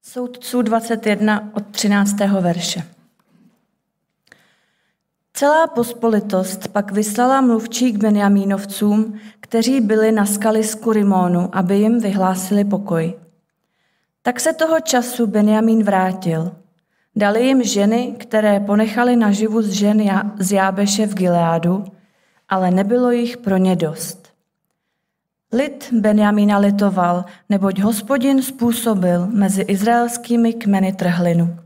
Soudců 21 od 13. verše. Celá pospolitost pak vyslala mluvčí k Benjamínovcům, kteří byli na skalisku Rimónu, aby jim vyhlásili pokoj. Tak se toho času Benjamín vrátil. Dali jim ženy, které ponechali naživu z žen z Jábeše v Gileádu, ale nebylo jich pro ně dost. Lid Benjamína litoval, neboť Hospodin způsobil mezi izraelskými kmeny trhlinu.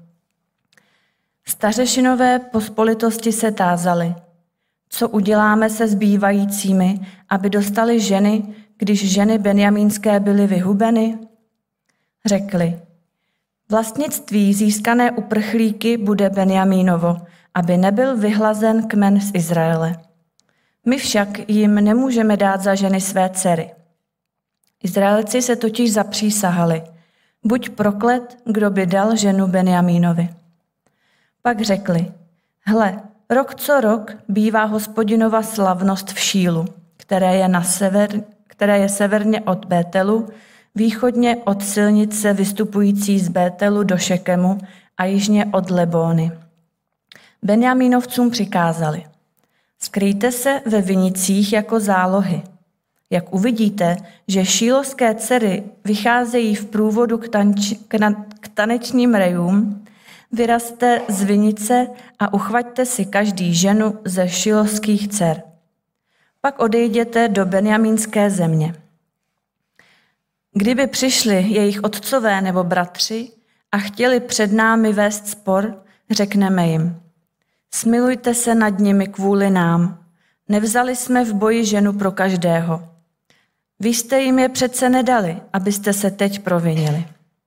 Stařešinové pospolitosti se tázali, co uděláme se zbývajícími, aby dostali ženy, když ženy benjamínské byly vyhubeny? Řekli, vlastnictví získané uprchlíky bude Benjamínovo, aby nebyl vyhlazen kmen z Izraele. My však jim nemůžeme dát za ženy své dcery. Izraelci se totiž zapřísahali, buď proklet, kdo by dal ženu Benjamínovi. Pak řekli, hle, rok co rok bývá Hospodinova slavnost v Šílu, které je severně od Bételu, východně od silnice vystupující z Bételu do Šekemu a jižně od Lebóny. Benjamínovcům přikázali, skryjte se ve vinicích jako zálohy. Jak uvidíte, že šílovské dcery vycházejí v průvodu k tanečním rejům, vyrazte z vinice a uchvaťte si každý ženu ze šilovských dcer. Pak odejděte do benjamínské země. Kdyby přišli jejich otcové nebo bratři a chtěli před námi vést spor, řekneme jim, smilujte se nad nimi kvůli nám, nevzali jsme v boji ženu pro každého. Vy jste jim je přece nedali, abyste se teď provinili.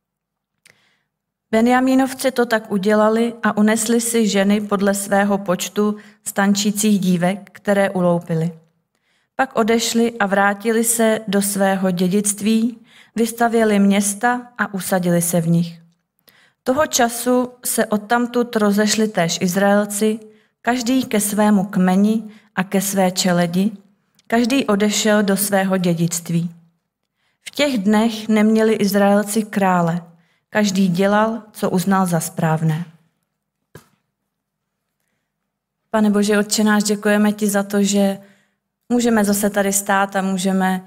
Benjamínovci to tak udělali a unesli si ženy podle svého počtu z tančících dívek, které uloupili. Pak odešli a vrátili se do svého dědictví, vystavěli města a usadili se v nich. Toho času se odtamtud rozešli též Izraelci, každý ke svému kmeni a ke své čeledi, každý odešel do svého dědictví. V těch dnech neměli Izraelci krále, každý dělal, co uznal za správné. Pane Bože, Otče náš, děkujeme ti za to, že můžeme zase tady stát a můžeme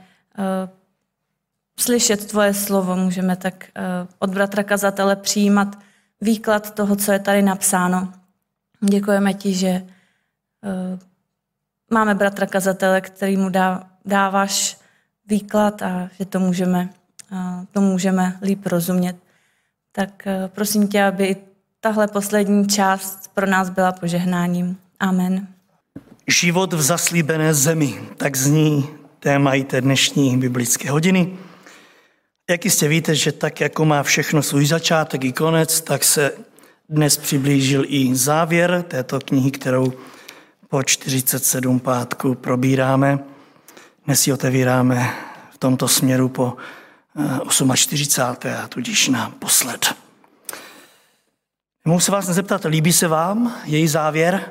slyšet tvoje slovo, můžeme tak od bratra kazatele přijímat výklad toho, co je tady napsáno. Děkujeme ti, že máme bratra kazatele, který mu dáváš výklad a že to můžeme líp rozumět. Tak prosím tě, aby i tahle poslední část pro nás byla požehnáním. Amen. Život v zaslíbené zemi, tak zní téma i té dnešní biblické hodiny. Jak jistě víte, že tak, jako má všechno svůj začátek i konec, tak se dnes přiblížil i závěr této knihy, kterou po 47 pátků probíráme. Dnes ji otevíráme v tomto směru po 48. a tudíž naposled. Mohu se vás nezeptat, líbí se vám její závěr?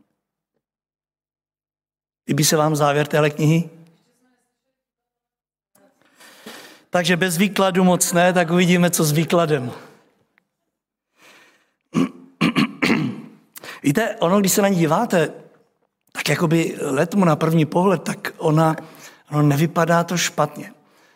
Líbí se vám závěr téhle knihy? Takže bez výkladu moc ne, tak uvidíme, co s výkladem. Víte, ono, když se na ní díváte, tak jakoby letmu na první pohled, tak ono nevypadá to špatně.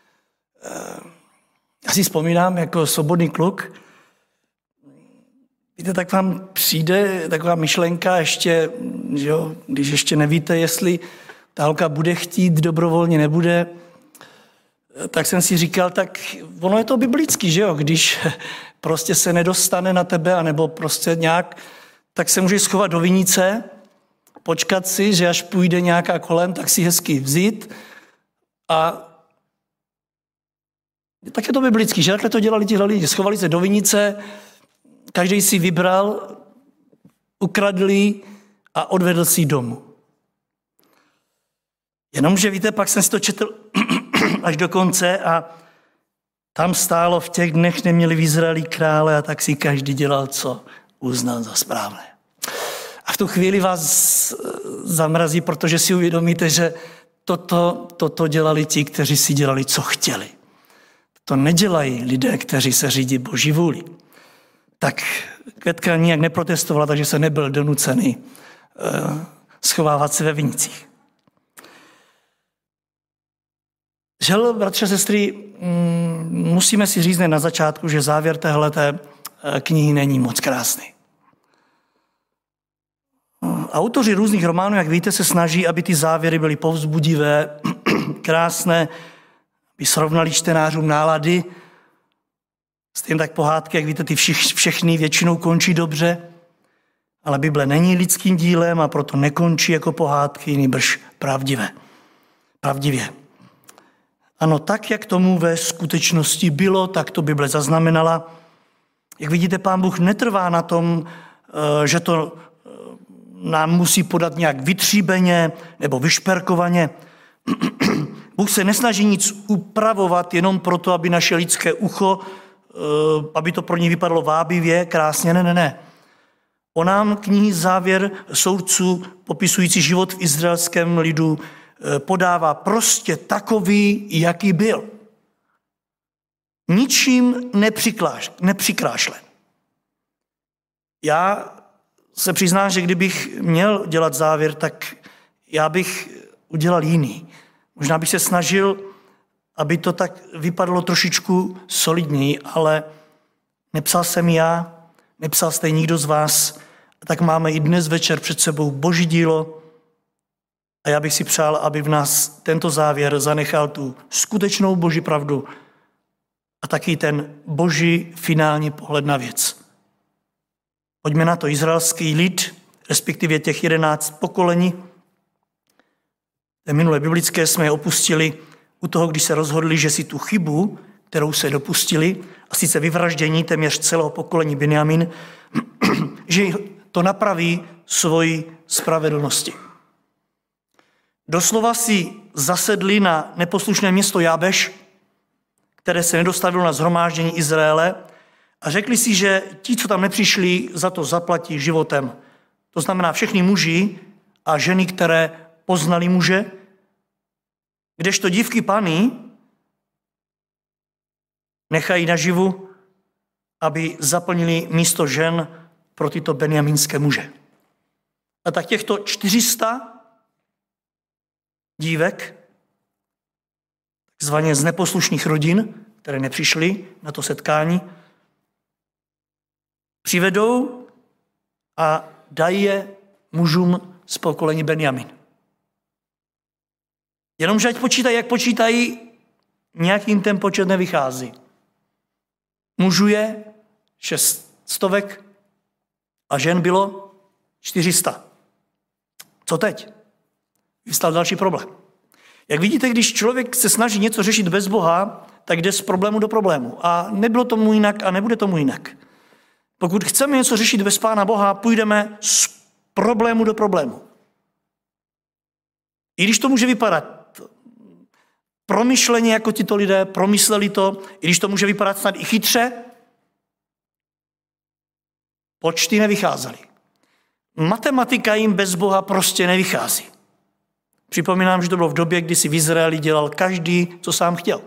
Já si vzpomínám jako svobodný kluk, víte, tak vám přijde taková myšlenka ještě, že jo, když ještě nevíte, jestli ta holka bude chtít, dobrovolně nebude, tak jsem si říkal, tak ono je to biblický, že jo, když prostě se nedostane na tebe, anebo prostě nějak, tak se můžeš schovat do vinice, počkat si, že až půjde nějaká kolem, tak si hezky vzít a tak je to biblický, že takhle to dělali tihle lidi, schovali se do vinice, každý si vybral, ukradli a odvedl si domů. Jenomže víte, pak jsem si to četl až do konce a tam stálo, v těch dnech neměli v Izraeli krále a tak si každý dělal, co uznal za správné. A v tu chvíli vás zamrazí, protože si uvědomíte, že toto dělali ti, kteří si dělali, co chtěli. to nedělají lidé, kteří se řídí Boží vůli. Tak Květka nijak neprotestovala, takže se nebyl donucený schovávat se ve vinicích. Žel, bratři a sestry, musíme si říct na začátku, že závěr téhleté knihy není moc krásný. Autoři různých románů, jak víte, se snaží, aby ty závěry byly povzbudivé, krásné, aby srovnali čtenářům nálady. Stejně tak pohádky, jak víte, ty všechny většinou končí dobře, ale Bible není lidským dílem a proto nekončí jako pohádky, nýbrž pravdivě. Ano, tak, jak tomu ve skutečnosti bylo, tak to Bible zaznamenala. Jak vidíte, Pán Bůh netrvá na tom, že to nám musí podat nějak vytříbeně nebo vyšperkovaně. Bůh se nesnaží nic upravovat jenom proto, aby naše lidské ucho, aby to pro ně vypadalo vábivě, krásně. Ne. On nám knihy závěr soudců popisující život v izraelském lidu podává prostě takový, jaký byl. Ničím nepřikrášlen. Já se přiznám, že kdybych měl dělat závěr, tak já bych udělal jiný. Možná bych se snažil, aby to tak vypadalo trošičku solidněji, ale nepsal jsem já, nepsal jste nikdo z vás, tak máme i dnes večer před sebou Boží dílo a já bych si přál, aby v nás tento závěr zanechal tu skutečnou Boží pravdu a taky ten Boží finální pohled na věc. Pojďme na to, izraelský lid, respektive těch 11 pokolení. Té minulé biblické jsme je opustili u toho, když se rozhodli, že si tu chybu, kterou se dopustili, a sice vyvraždění téměř celého pokolení Benjamin, že to napraví svoji spravedlnosti. Doslova si zasedli na neposlušné město Jábeš, které se nedostavilo na shromáždění Izraele, a řekli si, že ti, co tam nepřišli, za to zaplatí životem. To znamená všechny muži a ženy, které poznali muže, kdežto dívky Panny nechají naživu, aby zaplnili místo žen pro tyto benjamínské muže. A tak těchto 400 dívek, takzvaně z neposlušných rodin, které nepřišly na to setkání, přivedou a dají je mužům z pokolení Benjamin. Jenomže ať počítají, jak počítají, nějakým ten počet nevychází. Mužů je 600 a žen bylo 400. Co teď? Vystal další problém. Jak vidíte, když člověk se snaží něco řešit bez Boha, tak jde z problému do problému. A nebylo tomu jinak a nebude tomu jinak. Pokud chceme něco řešit bez Pána Boha, půjdeme z problému do problému. I když to může vypadat promyšleně, jako tito lidé promysleli to, i když to může vypadat snad i chytře, počty nevycházely. Matematika jim bez Boha prostě nevychází. Připomínám, že to bylo v době, kdy si v Izraeli dělal každý, co sám chtěl.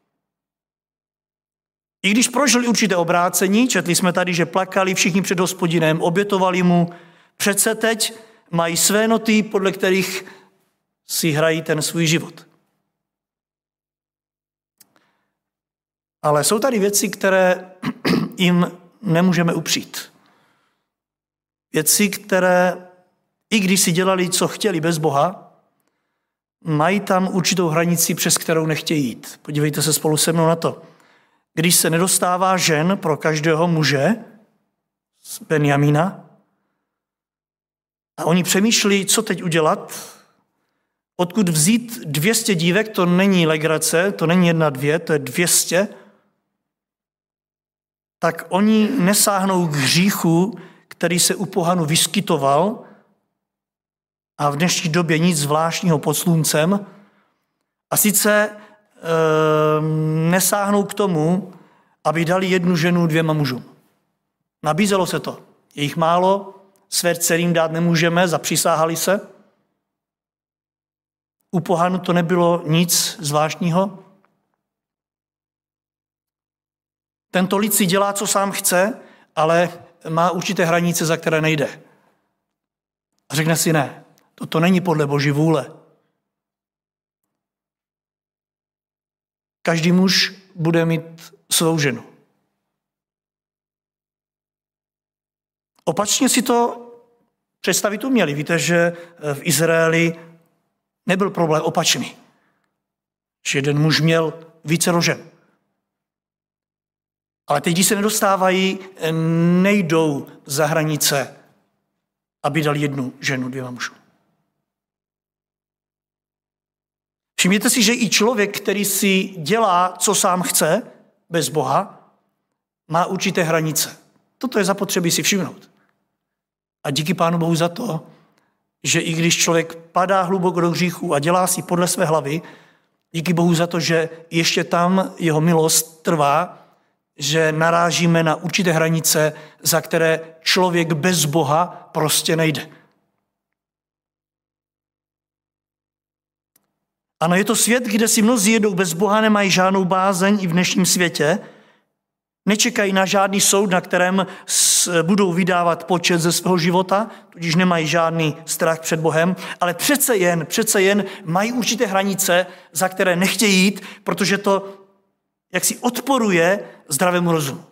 I když prožili určité obrácení, četli jsme tady, že plakali všichni před Hospodinem, obětovali mu, přece teď mají své noty, podle kterých si hrají ten svůj život. Ale jsou tady věci, které jim nemůžeme upřít. Věci, které, i když si dělali, co chtěli bez Boha, mají tam určitou hranici, přes kterou nechtějí jít. Podívejte se spolu se mnou na to. Když se nedostává žen pro každého muže z Benjamína a oni přemýšlí, co teď udělat, odkud vzít 200 dívek, to není legrace, to není 1, 2, to je 200, tak oni nesáhnou k hříchu, který se u pohanu vyskytoval a v dnešní době nic zvláštního pod sluncem, a sice nesáhnou k tomu, aby dali 1 ženu 2 mužům. Nabízelo se to. Je jich málo, své dcerím dát nemůžeme, zapřisáhali se. U pohanu to nebylo nic zvláštního. Tento lid si dělá, co sám chce, ale má určité hranice, za které nejde. A řekne si ne, toto není podle Boží vůle. Každý muž bude mít svou ženu. Opačně si to představit uměli. Víte, že v Izraeli nebyl problém opačný. Že jeden muž měl více žen. Ale teď, když se nedostávají, nejdou za hranice, aby dali jednu ženu dvěma mužům. Všimněte si, že i člověk, který si dělá, co sám chce, bez Boha, má určité hranice. Toto je zapotřebí si všimnout. A díky Pánu Bohu za to, že i když člověk padá hluboko do hříchu a dělá si podle své hlavy, díky Bohu za to, že ještě tam jeho milost trvá, že narážíme na určité hranice, za které člověk bez Boha prostě nejde. Ano, je to svět, kde si mnozí jedou bez Boha, nemají žádnou bázeň i v dnešním světě, nečekají na žádný soud, na kterém budou vydávat počet ze svého života, tudíž nemají žádný strach před Bohem, ale přece jen mají určité hranice, za které nechtějí jít, protože to jaksi odporuje zdravému rozumu.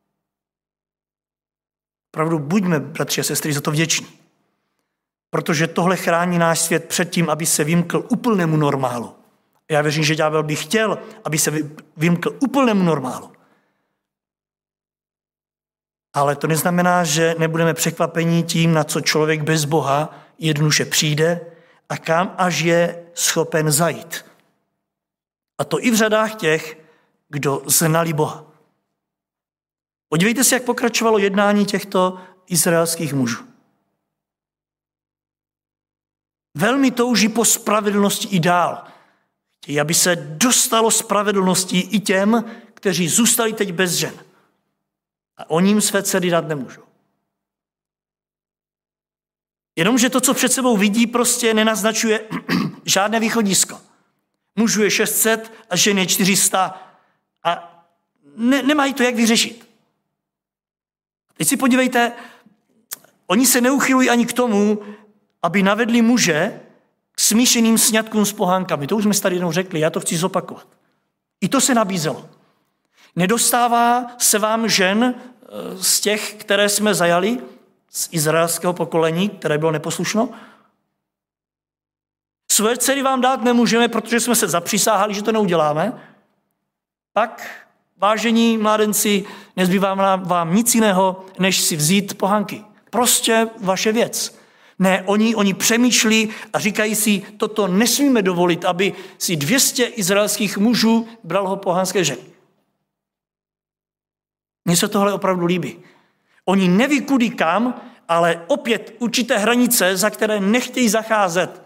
Opravdu buďme, bratři a sestry, za to vděční. Protože tohle chrání náš svět před tím, aby se vymkl úplnému normálu. Já věřím, že ďábel by chtěl, aby se vymkl úplnému normálu. Ale to neznamená, že nebudeme překvapeni tím, na co člověk bez Boha jednoduše přijde a kam až je schopen zajít. A to i v řadách těch, kdo znali Boha. Podívejte se, jak pokračovalo jednání těchto izraelských mužů. Velmi touží po spravedlnosti i dál. Chtějí, aby se dostalo spravedlnosti i těm, kteří zůstali teď bez žen. A oni jim své dcery dát nemůžou. Jenomže to, co před sebou vidí, prostě nenaznačuje žádné východisko. Mužů je 600 a žen je 400 a nemají to jak vyřešit. Teď si podívejte, oni se neuchylují ani k tomu, aby navedli muže k smíšeným sňatkům s pohánkami. To už jsme tady jednou řekli, já to chci zopakovat. I to se nabízelo. Nedostává se vám žen z těch, které jsme zajali, z izraelského pokolení, které bylo neposlušno? Svoje dcery vám dát nemůžeme, protože jsme se zapřísáhali, že to neuděláme. Pak, vážení mládenci, nezbývá vám nic jiného, než si vzít pohánky. Prostě vaše věc. Ne, oni přemýšlí a říkají si, toto nesmíme dovolit, aby si 200 izraelských mužů bralo pohánské ženy. Mně se tohle opravdu líbí. Oni neví kudy kam, ale opět určité hranice, za které nechtějí zacházet.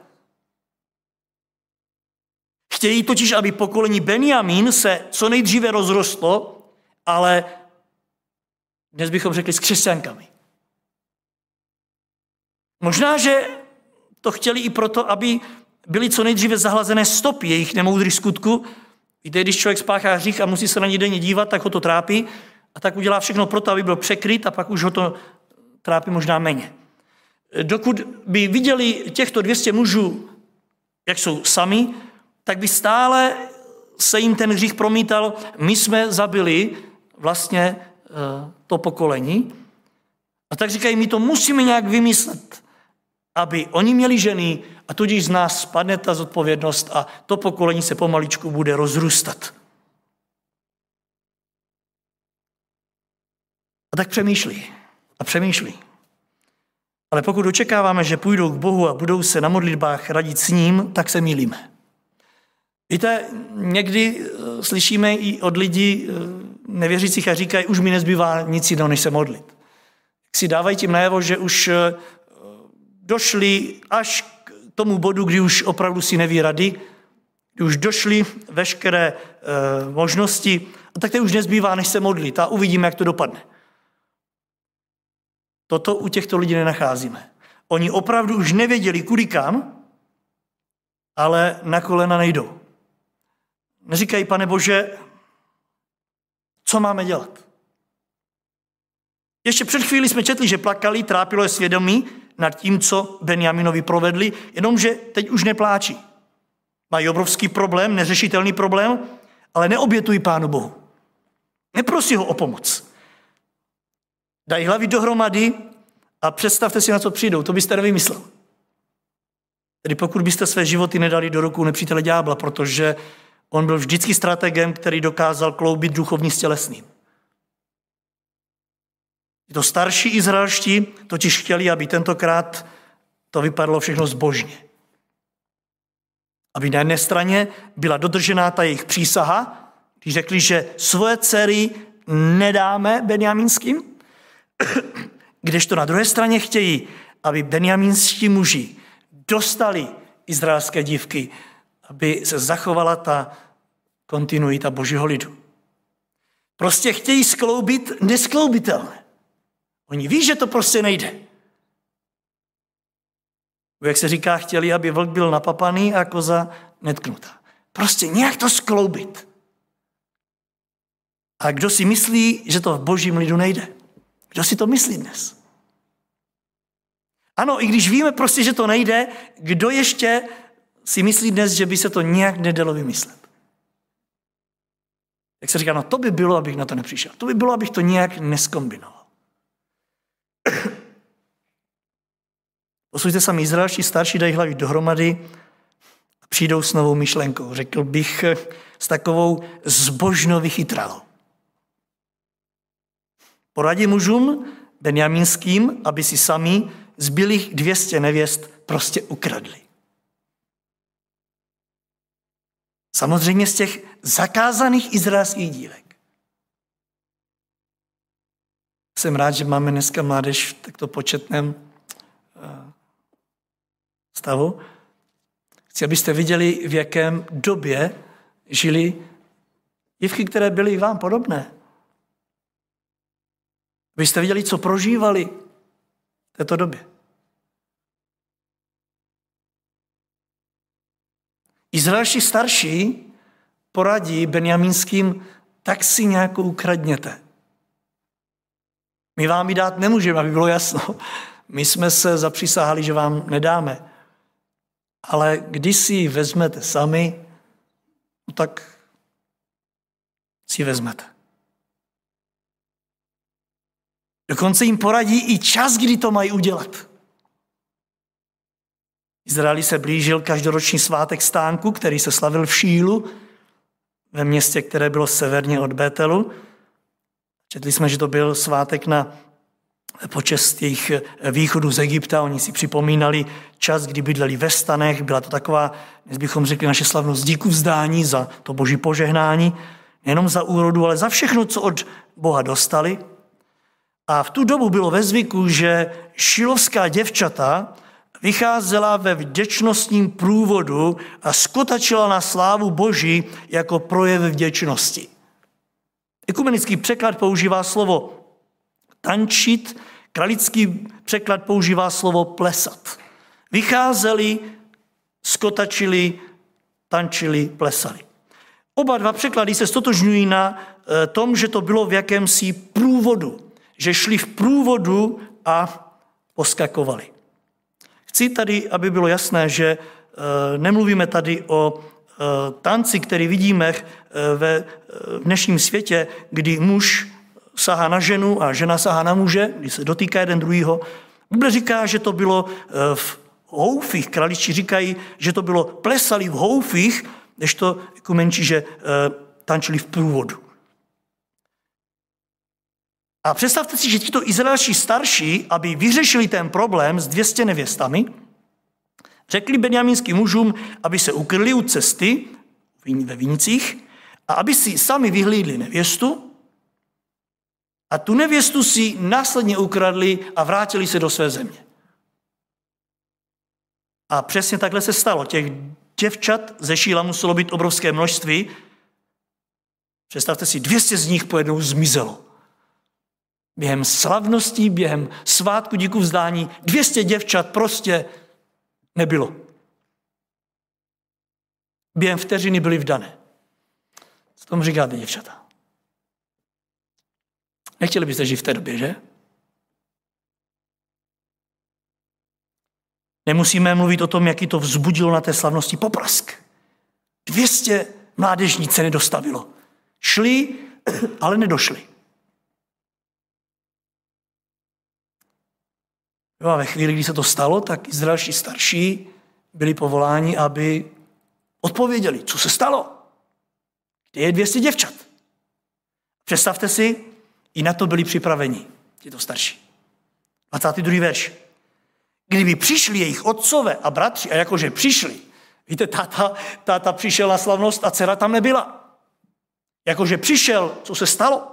Chtějí totiž, aby pokolení Benjamín se co nejdříve rozrostlo, ale dnes bychom řekli s křesťankami. Možná, že to chtěli i proto, aby byly co nejdříve zahlazené stopy jejich nemoudrých skutků. Víte, když člověk spáchá hřích a musí se na něj denně dívat, tak ho to trápí a tak udělá všechno proto, aby byl překryt a pak už ho to trápí možná méně. Dokud by viděli těchto 200 mužů, jak jsou sami, tak by stále se jim ten hřích promítal. My jsme zabili vlastně to pokolení a tak říkají, my to musíme nějak vymyslet, aby oni měli ženy a tudíž z nás spadne ta zodpovědnost a to pokolení se pomaličku bude rozrůstat. A tak přemýšlí. Ale pokud očekáváme, že půjdou k Bohu a budou se na modlitbách radit s ním, tak se mýlíme. Víte, někdy slyšíme i od lidí nevěřících a říkají, už mi nezbývá nic jiného, než se modlit. Si dávají tím najevo, že už došli až k tomu bodu, kdy už opravdu si neví rady, kdy už došli veškeré možnosti, a tak to už nezbývá, než se modlit a uvidíme, jak to dopadne. Toto u těchto lidí nenacházíme. Oni opravdu už nevěděli, kudy kam, ale na kolena nejdou. Neříkají, Pane Bože, co máme dělat? Ještě před chvíli jsme četli, že plakali, trápilo je svědomí nad tím, co Benjaminovi provedli, jenomže teď už nepláčí. Mají obrovský problém, neřešitelný problém, ale neobětují Pánu Bohu. Neprosí ho o pomoc. Dají hlavy dohromady a představte si, na co přijdou. To byste nevymyslel. Tedy pokud byste své životy nedali do rukou nepřítele ďábla, protože on byl vždycky strategem, který dokázal kloubit duchovní s tělesným. To starší izraelští totiž chtěli, aby tentokrát to vypadalo všechno zbožně. Aby na jedné straně byla dodržená ta jejich přísaha, když řekli, že svoje dcery nedáme benjamínským, kdežto na druhé straně chtějí, aby benjamínští muži dostali izraelské dívky, aby se zachovala ta kontinuita Božího lidu. Prostě chtějí skloubit neskloubitelné. Oni ví, že to prostě nejde. Jak se říká, chtěli, aby vlk byl napapaný a koza netknutá. Prostě nějak to skloubit. A kdo si myslí, že to v Božím lidu nejde? Kdo si to myslí dnes? Ano, i když víme prostě, že to nejde, kdo ještě si myslí dnes, že by se to nějak nedalo vymyslet? Jak se říká, no to by bylo, abych na to nepřišel. To by bylo, abych to nějak neskombinoval. Posuďte sami izraelští starší, dají hlavy dohromady a přijdou s novou myšlenkou. Řekl bych s takovou zbožnou vychytralou. Poradí mužům benjamínským, aby si sami zbylých 200 nevěst prostě ukradli. Samozřejmě z těch zakázaných izraelských dívek. Jsem rád, že máme dneska mládež v takto početném stavu. Chci, abyste viděli, v jakém době žili dívky, které byly vám podobné. Abyste viděli, co prožívali v této době. Izraelští starší poradí benjamínským, tak si nějakou ukradněte. My vám ji dát nemůžeme, aby bylo jasno. My jsme se zapřísahali, že vám nedáme. Ale když si ji vezmete sami, tak si ji vezmete. Dokonce jim poradí i čas, kdy to mají udělat. Izraeli se blížil každoroční svátek stánku, který se slavil v Šílu, ve městě, které bylo severně od Bételu. Četli jsme, že to byl svátek na počest jejich východu z Egypta. Oni si připomínali čas, kdy bydleli ve stanech. Byla to taková, dnes bychom řekli, naše slavnost díku vzdání za to Boží požehnání. Nejenom za úrodu, ale za všechno, co od Boha dostali. A v tu dobu bylo ve zvyku, že šilovská děvčata vycházela ve vděčnostním průvodu a skotačila na slávu Boží jako projev vděčnosti. Ekumenický překlad používá slovo tančit, kralický překlad používá slovo plesat. Vycházeli, skotačili, tančili, plesali. Oba dva překlady se stotožňují na tom, že to bylo v jakémsi průvodu, že šli v průvodu a poskakovali. Chci tady, aby bylo jasné, že nemluvíme tady o tanci, který vidíme v dnešním světě, kdy muž sahá na ženu a žena sahá na muže, kdy se dotýká jeden druhýho. Bible říká, že to bylo v houfích, kraličtí říkají, že to bylo plesali v houfích, než to jako menší, že tančili v průvodu. A představte si, že tito izraelští starší, aby vyřešili ten problém s 200 nevěstami, řekli benjamínským mužům, aby se ukryli u cesty ve vinicích a aby si sami vyhlídli nevěstu a tu nevěstu si následně ukradli a vrátili se do své země. A přesně takhle se stalo. Těch děvčat ze Šíla muselo být obrovské množství. Představte si, 200 z nich pojednou zmizelo. Během slavností, během svátku díku vzdání 200 děvčat prostě nebylo. Během vteřiny byly vdané. Co tomu říkáte, děvčata? Nechtěli byste žít v té době, že? Nemusíme mluvit o tom, jaký to vzbudilo na té slavnosti poprask. 200 mládežnic se nedostavilo. Šli, ale nedošli. Jo, a ve chvíli, kdy se to stalo, tak izraelští starší byli povoláni, aby odpověděli, co se stalo. Kde je 200 děvčat? Představte si, i na to byli připraveni, tito starší. 22. verš. Kdyby přišli jejich otcové a bratři, a jakože přišli, víte, táta přišel na slavnost a dcera tam nebyla. Jakože přišel, co se stalo?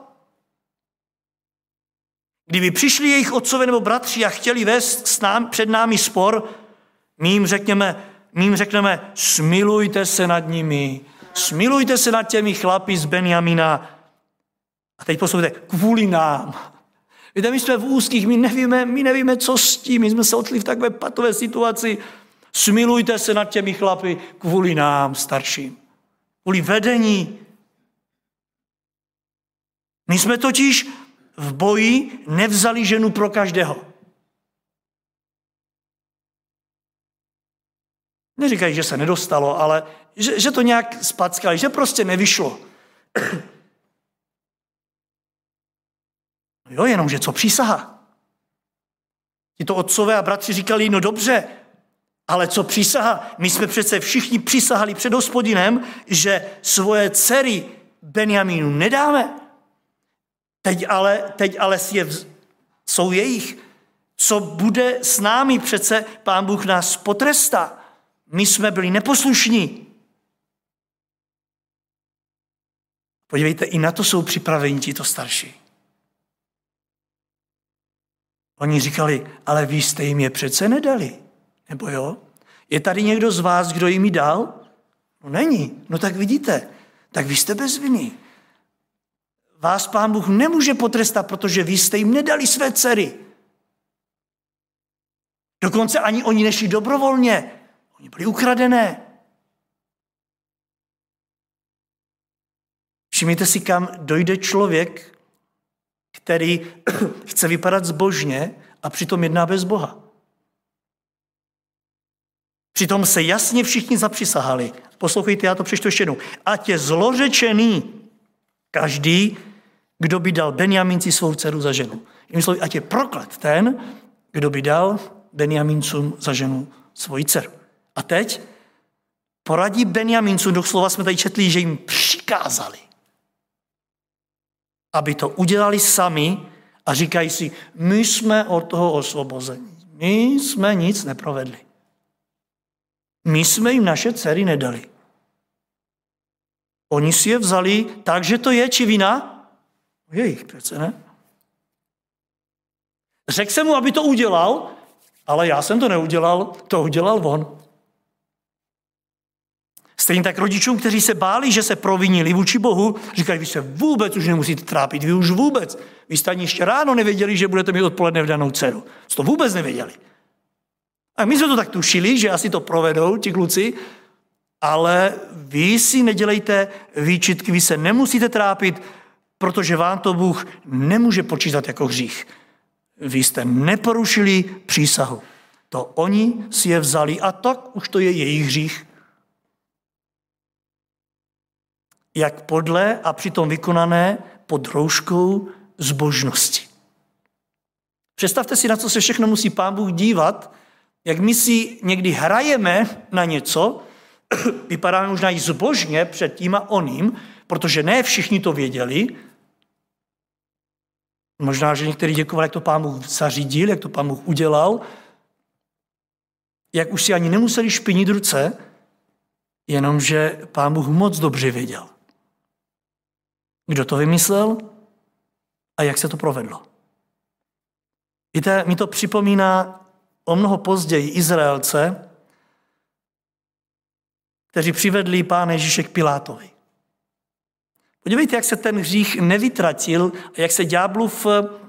Kdyby přišli jejich otcové nebo bratři a chtěli vést před námi spor, my jim řekneme, smilujte se nad nimi, smilujte se nad těmi chlapi z Benjamina. A teď poslouchejte, kvůli nám. Víte, my jsme v úzkých, my nevíme, co s tím, my jsme se ocitli v takové patové situaci. Smilujte se nad těmi chlapy kvůli nám, starším. Kvůli vedení. My jsme totiž v boji nevzali ženu pro každého. Neříkají, že se nedostalo, ale že to nějak spackali, že prostě nevyšlo. Jo, jenomže co přísaha? Tito otcové a bratři říkali, no dobře, ale co přísaha? My jsme přece všichni přísahali před Hospodinem, že svoje dcery Benjamínu nedáme. Teď ale jsou jejich. Co bude s námi? Přece Pán Bůh nás potrestá. My jsme byli neposlušní. Podívejte, i na to jsou připraveni tito starší. Oni říkali, ale vy jste jim je přece nedali. Nebo jo? Je tady někdo z vás, kdo jim ji dal? No není. No tak vidíte, tak vy jste bez viny. Vás Pán Bůh nemůže potrestat, protože vy jste jim nedali své dcery. Dokonce ani oni nešli dobrovolně. Oni byli ukradené. Všimněte si, kam dojde člověk, který chce vypadat zbožně a přitom jedná bez Boha. Přitom se jasně všichni zapřisahali. Poslouchejte, já to přečtu ještě jednou. Ať je zlořečený každý, kdo by dal Benjamínci svou dceru za ženu. Jinými slovy, ať je proklet ten, kdo by dal Benjamíncům za ženu svoji dceru. A teď poradí Benjamíncům, doslova jsme tady četli, že jim přikázali, aby to udělali sami a říkají si, my jsme od toho osvobození. My jsme nic neprovedli. My jsme jim naše dcery nedali. Oni si je vzali, takže to je či vina? Jejich přece, ne? Řekl jsem mu, aby to udělal, ale já jsem to neudělal, to udělal on. Stejně tak rodičům, kteří se báli, že se provinili vůči Bohu, říkají, vy se vůbec už nemusíte trápit, vy už vůbec. Vy jste ani ještě ráno nevěděli, že budete mít odpoledne vdanou dceru. Jste to vůbec nevěděli. A my jsme to tak tušili, že asi to provedou ti kluci, ale vy si nedělejte výčitky, vy se nemusíte trápit, protože vám to Bůh nemůže počítat jako hřích. Vy jste neporušili přísahu. To oni si je vzali a tak už to je jejich hřích. Jak podle a přitom vykonané pod rouškou zbožnosti. Představte si, na co se všechno musí Pán Bůh dívat, jak my si někdy hrajeme na něco, vypadáme možná i zbožně před tím a oným, protože ne všichni to věděli. Možná, že někteří děkovali, jak to Pán Bůh zařídil, jak to Pán Bůh udělal, jak už si ani nemuseli špinit ruce, jenomže Pán Bůh moc dobře věděl, kdo to vymyslel a jak se to provedlo. Víte, mi to připomíná o mnoho později Izraelce, kteří přivedli Pána Ježíše k Pilátovi. Podívejte, jak se ten hřích nevytratil a jak se ďáblův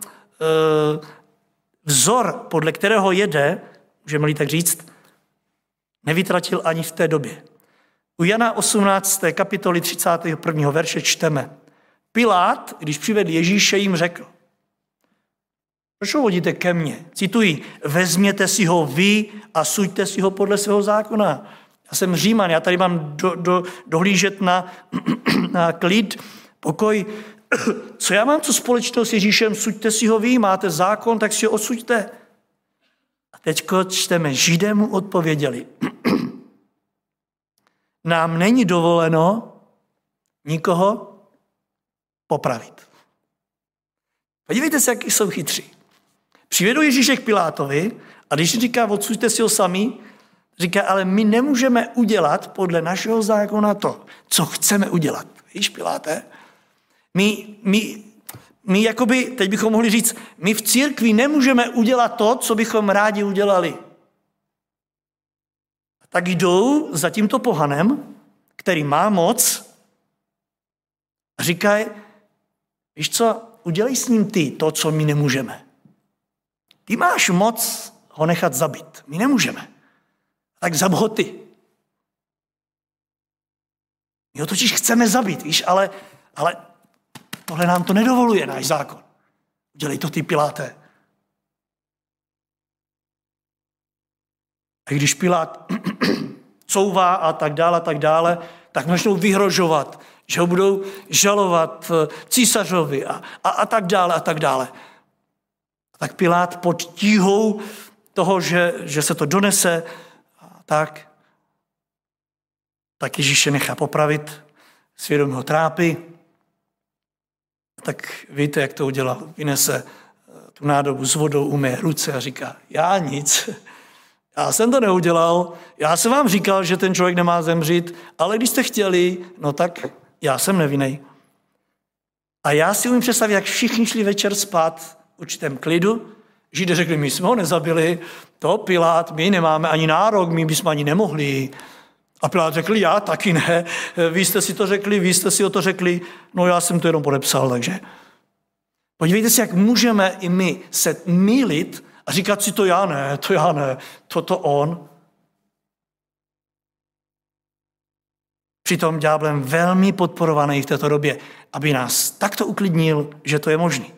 vzor, podle kterého jede, můžeme-li tak říct, nevytratil ani v té době. U Jana 18. kapitoly 31. verše čteme. Pilát, když přivedl Ježíše, jim řekl, Proč ho vodíte ke mně? Cituji, vezměte si ho vy a suďte si ho podle svého zákona. Já jsem Říman, já tady mám dohlížet na klid, pokoj. Co já mám co společného s Ježíšem? Suďte si ho vy, máte zákon, tak si ho osuďte. A teďko čteme, Židé mu odpověděli. Nám není dovoleno nikoho popravit. Podívejte se, jaký jsou chytří. Přivedou Ježíše k Pilátovi a když říká, odsuďte si ho sami, říká, ale my nemůžeme udělat podle našeho zákona to, co chceme udělat. Víš, Piláte? My jakoby, teď bychom mohli říct, my v církvi nemůžeme udělat to, co bychom rádi udělali. Tak jdou za tímto pohanem, který má moc, a říkají, víš co, udělej s ním ty to, co my nemůžeme. Ty máš moc ho nechat zabít. My nemůžeme. Tak zab ho ty. My ho totiž chceme zabít, víš, ale tohle nám to nedovoluje, náš zákon. Udělej to ty, Piláte. A když Pilát couvá a tak dále, tak začnou vyhrožovat, že ho budou žalovat císařovi a tak dále. A tak Pilát pod tíhou toho, že se to donese, tak Ježíše nechá popravit, svědomí ho trápí. Tak víte, jak to udělal. Vynese tu nádobu s vodou, umyje ruce a říká, já nic, já jsem to neudělal, já jsem vám říkal, že ten člověk nemá zemřít, ale když jste chtěli, no tak já jsem nevinnej. A já si umím představit, jak všichni šli večer spát v určitém klidu. Židé řekli, my jsme ho nezabili, to Pilát, my nemáme ani nárok, my bychom ani nemohli. A Pilát řekl, já taky ne, vy jste si to řekli, vy jste si o to řekli, no já jsem to jenom podepsal, takže. Podívejte se, jak můžeme i my se mýlit a říkat si, to já ne, to on. Přitom ďáblem velmi podporovaný v této době, aby nás takto uklidnil, že to je možný.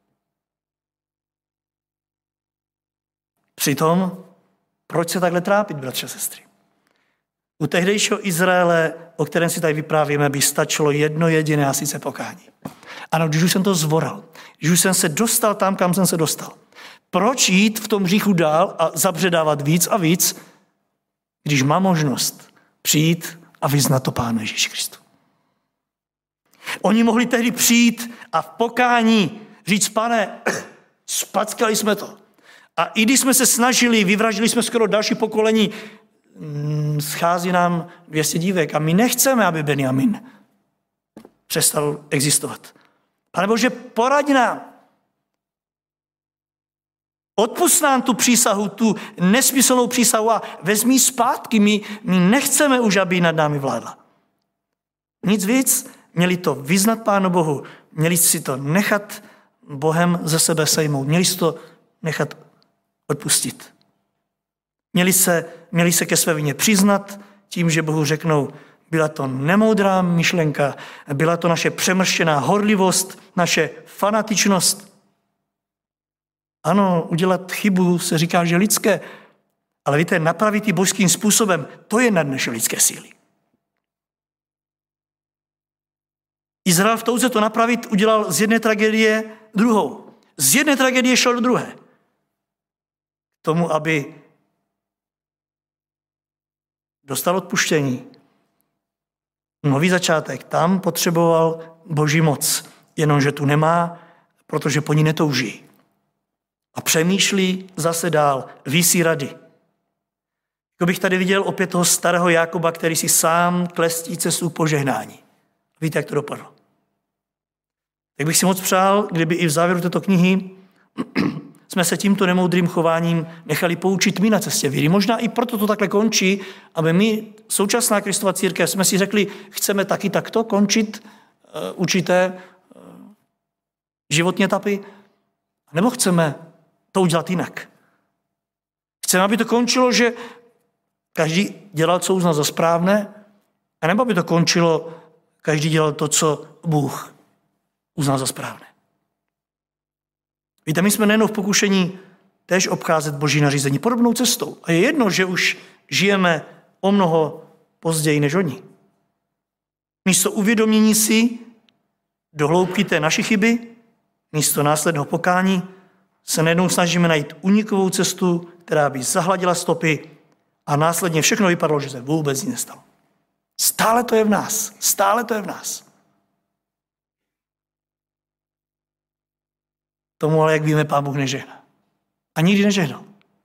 Přitom, proč se takhle trápit, bratře a sestry? U tehdejšího Izraele, o kterém si tady vyprávíme, by stačilo jedno jediné, a sice pokání. Ano, když už jsem to zvoral, když už jsem se dostal tam, kam jsem se dostal. Proč jít v tom hříchu dál a zabředávat víc a víc, když mám možnost přijít a vyznat to Pánu Ježíši Kristu? Oni mohli tehdy přijít a v pokání říct, Pane, spackali jsme to. A i když jsme se snažili, vyvraždili jsme skoro další pokolení, schází nám 200 dívek a my nechceme, aby Benjamin přestal existovat. Pane Bože, poraď nám. Odpusť nám tu přísahu, tu nesmyslnou přísahu a vezmi zpátky. My nechceme už, aby nad námi vládla. Nic víc, měli to vyznat Pánu Bohu, měli si to nechat Bohem ze sebe sejmout, měli si to nechat odpustit. Měli se ke své vině přiznat tím, že Bohu řeknou, byla to nemoudrá myšlenka, byla to naše přemrštěná horlivost, naše fanatičnost. Ano, udělat chybu se říká, že lidské, ale víte, napravit ji božským způsobem, to je nad naše lidské síly. Izrael v touze to napravit udělal z jedné tragédie druhou. Z jedné tragédie šel do druhé. K tomu, aby dostal odpuštění. Nový začátek. Tam potřeboval Boží moc. Jenomže tu nemá, protože po ní netouží. A přemýšlí zase dál. Visí rady. Jako bych tady viděl opět toho starého Jákoba, který si sám klestí cestu požehnání. Víte, jak to dopadlo. Tak bych si moc přál, kdyby i v závěru této knihy jsme se tímto nemoudrým chováním nechali poučit my na cestě víry. Možná i proto to takhle končí, aby my, současná Kristova církev, jsme si řekli, chceme taky takto končit určité životní etapy, nebo chceme to udělat jinak. Chceme, aby to končilo, že každý dělal, co uznal za správné, a nebo aby to končilo, každý dělal to, co Bůh uznal za správné. Víte, my jsme nejenom v pokušení též obcházet boží nařízení podobnou cestou. A je jedno, že už žijeme o mnoho později než oni. Místo uvědomění si do hloubky té naší chyby, místo následného pokání, se najednou snažíme najít unikovou cestu, která by zahladila stopy a následně všechno vypadalo, že se vůbec nic nestalo. Stále to je v nás. Stále to je v nás. Tomu ale, jak víme, Pán Bůh nežehná. A nikdy nežehnal.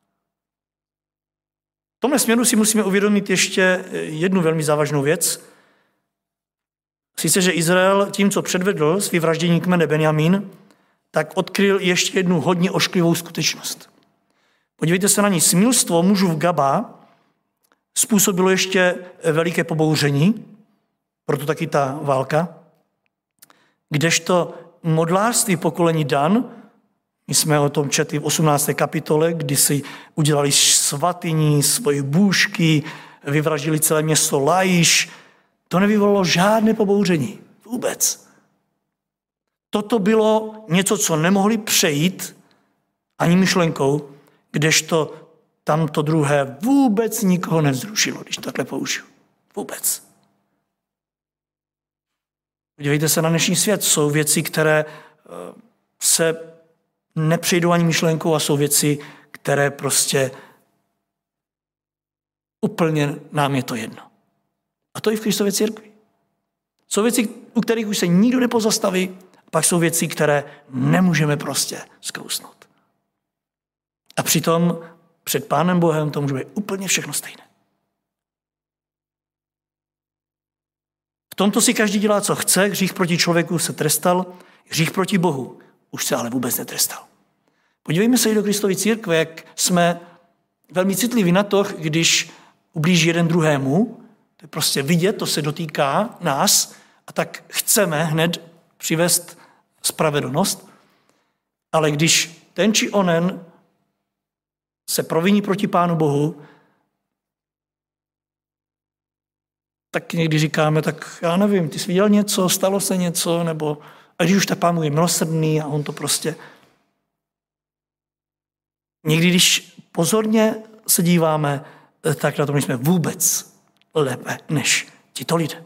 V tomhle směru si musíme uvědomit ještě jednu velmi závažnou věc. Sice, že Izrael tím, co předvedl s vyvražděním kmene Benjamín, tak odkryl ještě jednu hodně ošklivou skutečnost. Podívejte se na ní. Smilstvo mužů v Gaba způsobilo ještě veliké pobouření, proto taky ta válka, kdežto modlářství pokolení Dan, my jsme o tom četli v 18. kapitole, kdy si udělali svatyni, svoje bůžky, vyvraždili celé město Laiš, to nevyvolalo žádné pobouření. Vůbec. Toto bylo něco, co nemohli přejít ani myšlenkou, kdežto tamto druhé vůbec nikoho nevzrušilo, když takhle použiju. Vůbec. Podívejte se na dnešní svět. Jsou věci, které se nepřejdou ani myšlenkou a jsou věci, které prostě úplně nám je to jedno. A to i v Kristově církvi. Jsou věci, u kterých už se nikdo nepozastaví, a pak jsou věci, které nemůžeme prostě zkousnout. A přitom před Pánem Bohem to může být úplně všechno stejné. V tomto si každý dělá, co chce, hřích proti člověku se trestal, hřích proti Bohu už se ale vůbec netrestal. Podívejme se i do Kristovy církve, jak jsme velmi citliví na to, když ublíží jeden druhému, to je prostě vidět, to se dotýká nás a tak chceme hned přivést spravedlnost, ale když ten či onen se proviní proti Pánu Bohu, tak někdy říkáme, tak já nevím, ty jsi viděl něco, stalo se něco, nebo a když už tak Pán Bůh je milosrdný a on to prostě... Někdy, když pozorně se díváme, tak na to jsme vůbec lépe než tito lidé.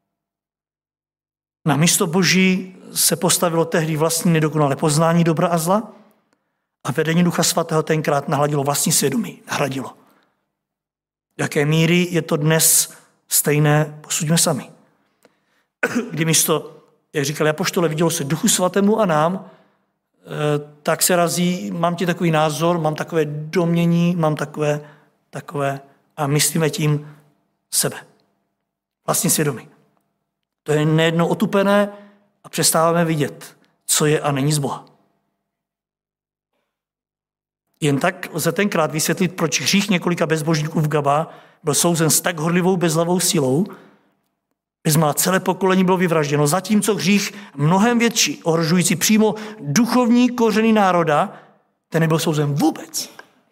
Na místo Boží se postavilo tehdy vlastní nedokonalé poznání dobra a zla a vedení Ducha Svatého tenkrát nahladilo vlastní svědomí. Nahradilo. V jaké míry je to dnes stejné, posuďme sami. Kdy místo, jak říkali apoštole, vidělo se Duchu Svatému a nám, tak se razí, mám ti takový názor, mám takové domnění, mám takové a myslíme tím sebe. Vlastní svědomí. To je nejednou otupené a přestáváme vidět, co je a není z Boha. Jen tak lze tenkrát vysvětlit, proč hřích několika bezbožníků v Gaba byl souzen s tak horlivou bezhlavou silou, bezmála celé pokolení bylo vyvražděno, zatímco hřích mnohem větší, ohrožující přímo duchovní kořeny národa, ten nebyl souzen vůbec.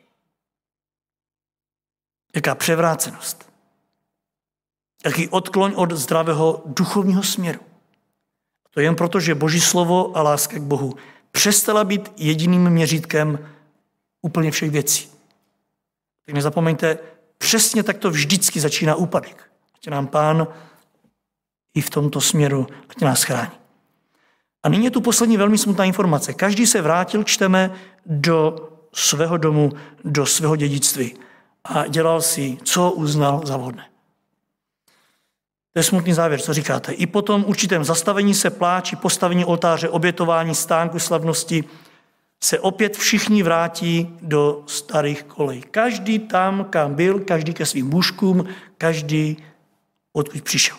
Jaká převrácenost. Jaký odkloň od zdravého duchovního směru. To jen proto, že Boží slovo a láska k Bohu přestala být jediným měřítkem úplně všech věcí. Tak nezapomeňte, přesně takto vždycky začíná úpadek. Ať nám Pán i v tomto směru, ať nás chrání. A nyní je tu poslední velmi smutná informace. Každý se vrátil, čteme, do svého domu, do svého dědictví a dělal si, co uznal za vhodné. To je smutný závěr, co říkáte. I po tom určitém zastavení se pláči, postavení oltáře, obětování, stánku slavnosti se opět všichni vrátí do starých kolejí. Každý tam, kam byl, každý ke svým bůžkům, každý odkud přišel.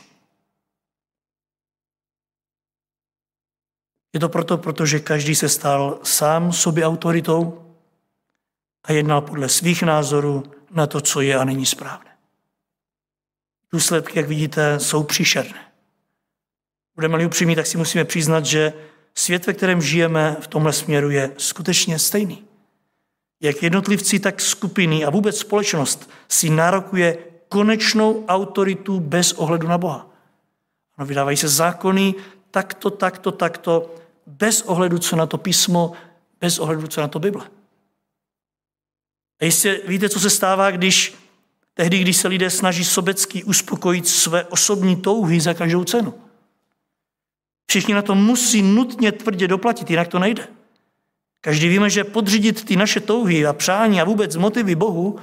Je to proto, protože každý se stal sám sobě autoritou a jednal podle svých názorů na to, co je a není správné. Důsledky, jak vidíte, jsou příšerné. Budeme-li upřímní, tak si musíme přiznat, že svět, ve kterém žijeme, v tomhle směru je skutečně stejný. Jak jednotlivci, tak skupiny a vůbec společnost si nárokuje konečnou autoritu bez ohledu na Boha. No, vydávají se zákony takto, bez ohledu, co na to písmo bez ohledu, co na to Bible. A jistě víte, co se stává, když se lidé snaží sobecky uspokojit své osobní touhy za každou cenu. Všichni na to musí nutně tvrdě doplatit, jinak to nejde. Každý víme, že podřídit ty naše touhy a přání a vůbec motivy Bohu,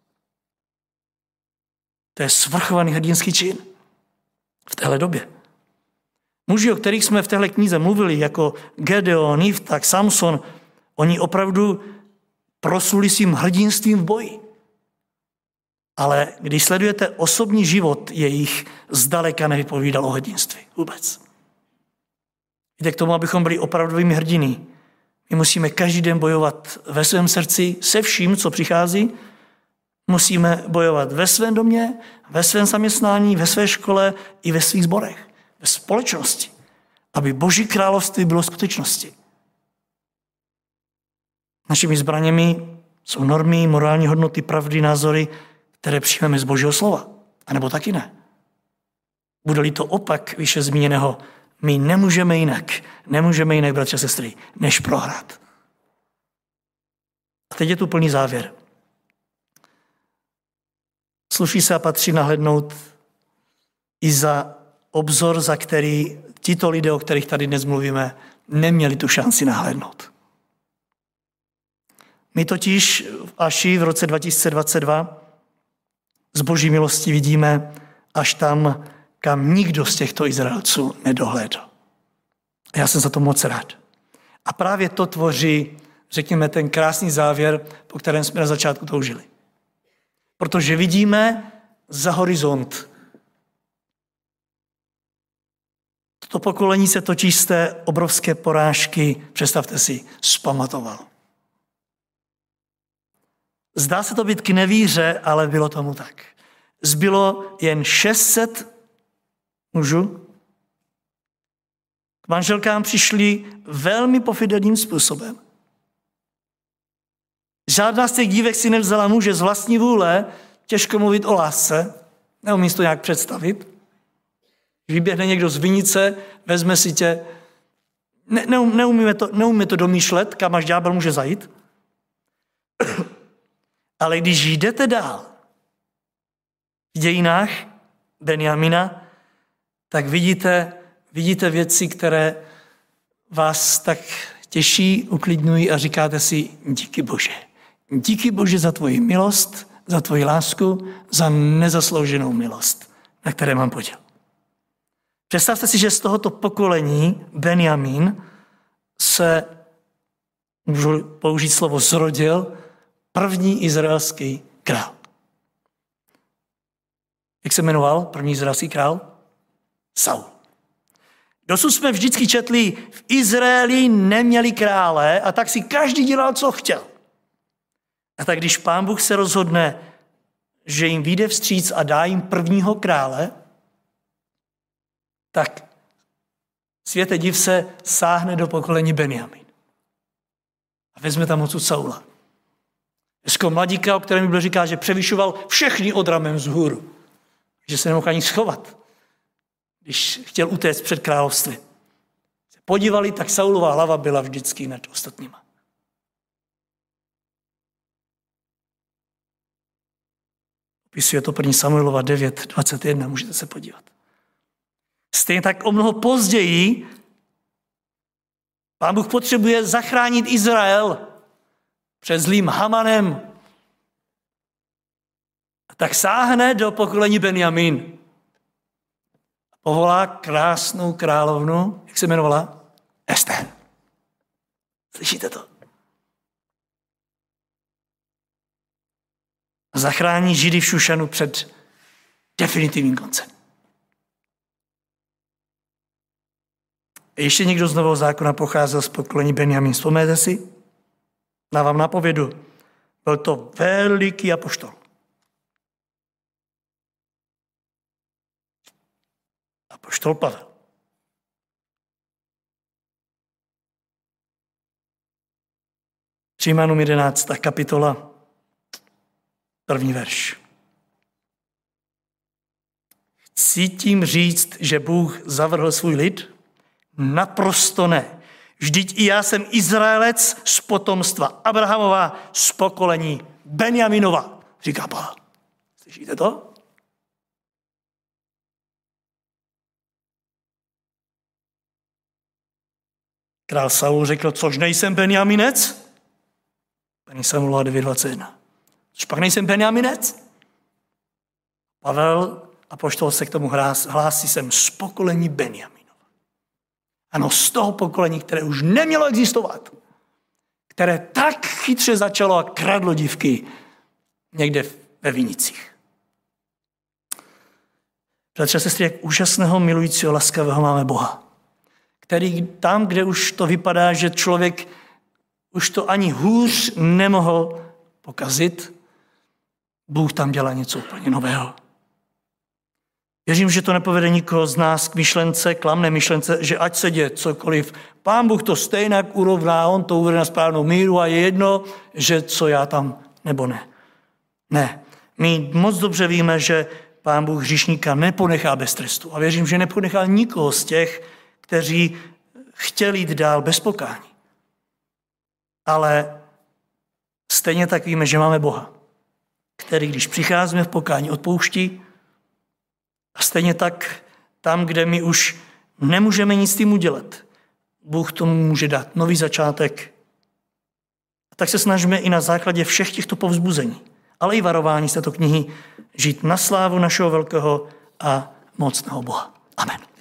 to je svrchovaný hrdinský čin v téhle době. Muži, o kterých jsme v téhle knize mluvili, jako Gedeon, Jifták, Samson, oni opravdu prosluli svým hrdinstvím v boji. Ale když sledujete osobní život jejich, zdaleka nevypovídal o hrdinství. Vůbec. Víte, k tomu, abychom byli opravdovými hrdiny, my musíme každý den bojovat ve svém srdci se vším, co přichází. Musíme bojovat ve svém domě, ve svém zaměstnání, ve své škole i ve svých sborech, ve společnosti, aby Boží království bylo skutečnosti. Našimi zbraněmi jsou normy, morální hodnoty, pravdy, názory, které přijmeme z Božího slova. A nebo taky ne. Bude-li to opak výše zmíněného, my nemůžeme jinak, bratři a sestry, než prohrát. A teď je tu plný závěr. Sluší se a patří nahlédnout i za obzor, za který tito lidé, o kterých tady dnes mluvíme, neměli tu šanci nahlédnout. My totiž v Aši v roce 2022 z Boží milosti vidíme až tam, kam nikdo z těchto Izraelců nedohlédl. A já jsem za to moc rád. A právě to tvoří, řekněme, ten krásný závěr, po kterém jsme na začátku toužili. Protože vidíme za horizont. Toto pokolení se totiž z té obrovské porážky, představte si, zpamatovalo. Zdá se to být k nevíře, ale bylo tomu tak. Zbylo jen 600 mužů. K manželkám přišli velmi pofidelným způsobem. Žádná z těch dívek si nevzala muže z vlastní vůle, těžko mluvit o lásce, neumím si to nějak představit. Vyběhne někdo z vinice, vezme si tě, neumíme to domýšlet, kam až ďábel může zajít. Ale když jdete dál v dějinách Benjamina, tak vidíte věci, které vás tak těší, uklidňují a říkáte si díky Bože. Díky Bože za tvoji milost, za tvoji lásku, za nezaslouženou milost, na které mám podíl. Představte si, že z tohoto pokolení Benjamin se, můžu použít slovo zrodil, první izraelský král. Jak se jmenoval první izraelský král? Saul. Dosud jsme vždycky četli, v Izraeli neměli krále a tak si každý dělal, co chtěl. A tak když Pán Bůh se rozhodne, že jim vyjde vstříc a dá jim prvního krále, tak světe div se sáhne do pokolení Benjamin. A vezme tam odsud Saula. Dneska mladíka, o kterém Bible říká, že převyšoval všechny od ramen vzhůru. Že se nemohl ani schovat, když chtěl utéct před královstvím. Se podívali, tak Saulova hlava byla vždycky nad ostatníma. Opisuje to 1. Samuelova 9:21, můžete se podívat. Stejně tak o mnoho později Pán Bůh potřebuje zachránit Izrael před zlým Hamanem. A tak sáhne do pokolení Benjamin. Povolá krásnou královnu, jak se jmenovala? Ester. Slyšíte to? Zachrání Židy v Šušanu před definitivním koncem. Ještě někdo z Nového zákona pocházel z pokolení Benjamin. Vzpomněte si? Dávám napovědu. Byl to veliký apoštol. Apoštol Pavel. Římanům 11. kapitola, 1. verš. Chci tím říct, že Bůh zavrhl svůj lid? Naprosto ne. Vždyť i já jsem Izraelec z potomstva Abrahamova, z pokolení Benjaminova, říká Pavel. Slyšíte to? Král Saul řekl, což nejsem Benjaminec? První Samuelova 9:21. Což pak nejsem Benjaminec? Pavel apoštol se k tomu hlásí, jsem z pokolení Benjaminova. Ano, z toho pokolení, které už nemělo existovat. Které tak chytře začalo a kradlo dívky někde ve vinicích. Bratři, sestry, jak úžasného, milujícího, laskavého máme Boha. Který tam, kde už to vypadá, že člověk už to ani hůř nemohl pokazit, Bůh tam dělá něco úplně nového. Věřím, že to nepovede nikoho z nás k myšlence, klamné myšlence, že ať se děje cokoliv, Pán Bůh to stejně urovná, on to uvede na správnou míru a je jedno, že co já tam nebo ne. Ne. My moc dobře víme, že Pán Bůh hříšníka neponechá bez trestu. A věřím, že neponechá nikoho z těch, kteří chtěli jít dál bez pokání. Ale stejně tak víme, že máme Boha, který, když přicházíme v pokání, odpouští. A stejně tak tam, kde my už nemůžeme nic s tím udělat, Bůh tomu může dát nový začátek. A tak se snažíme i na základě všech těchto povzbuzení, ale i varování z této knihy žít na slávu našeho velkého a mocného Boha. Amen.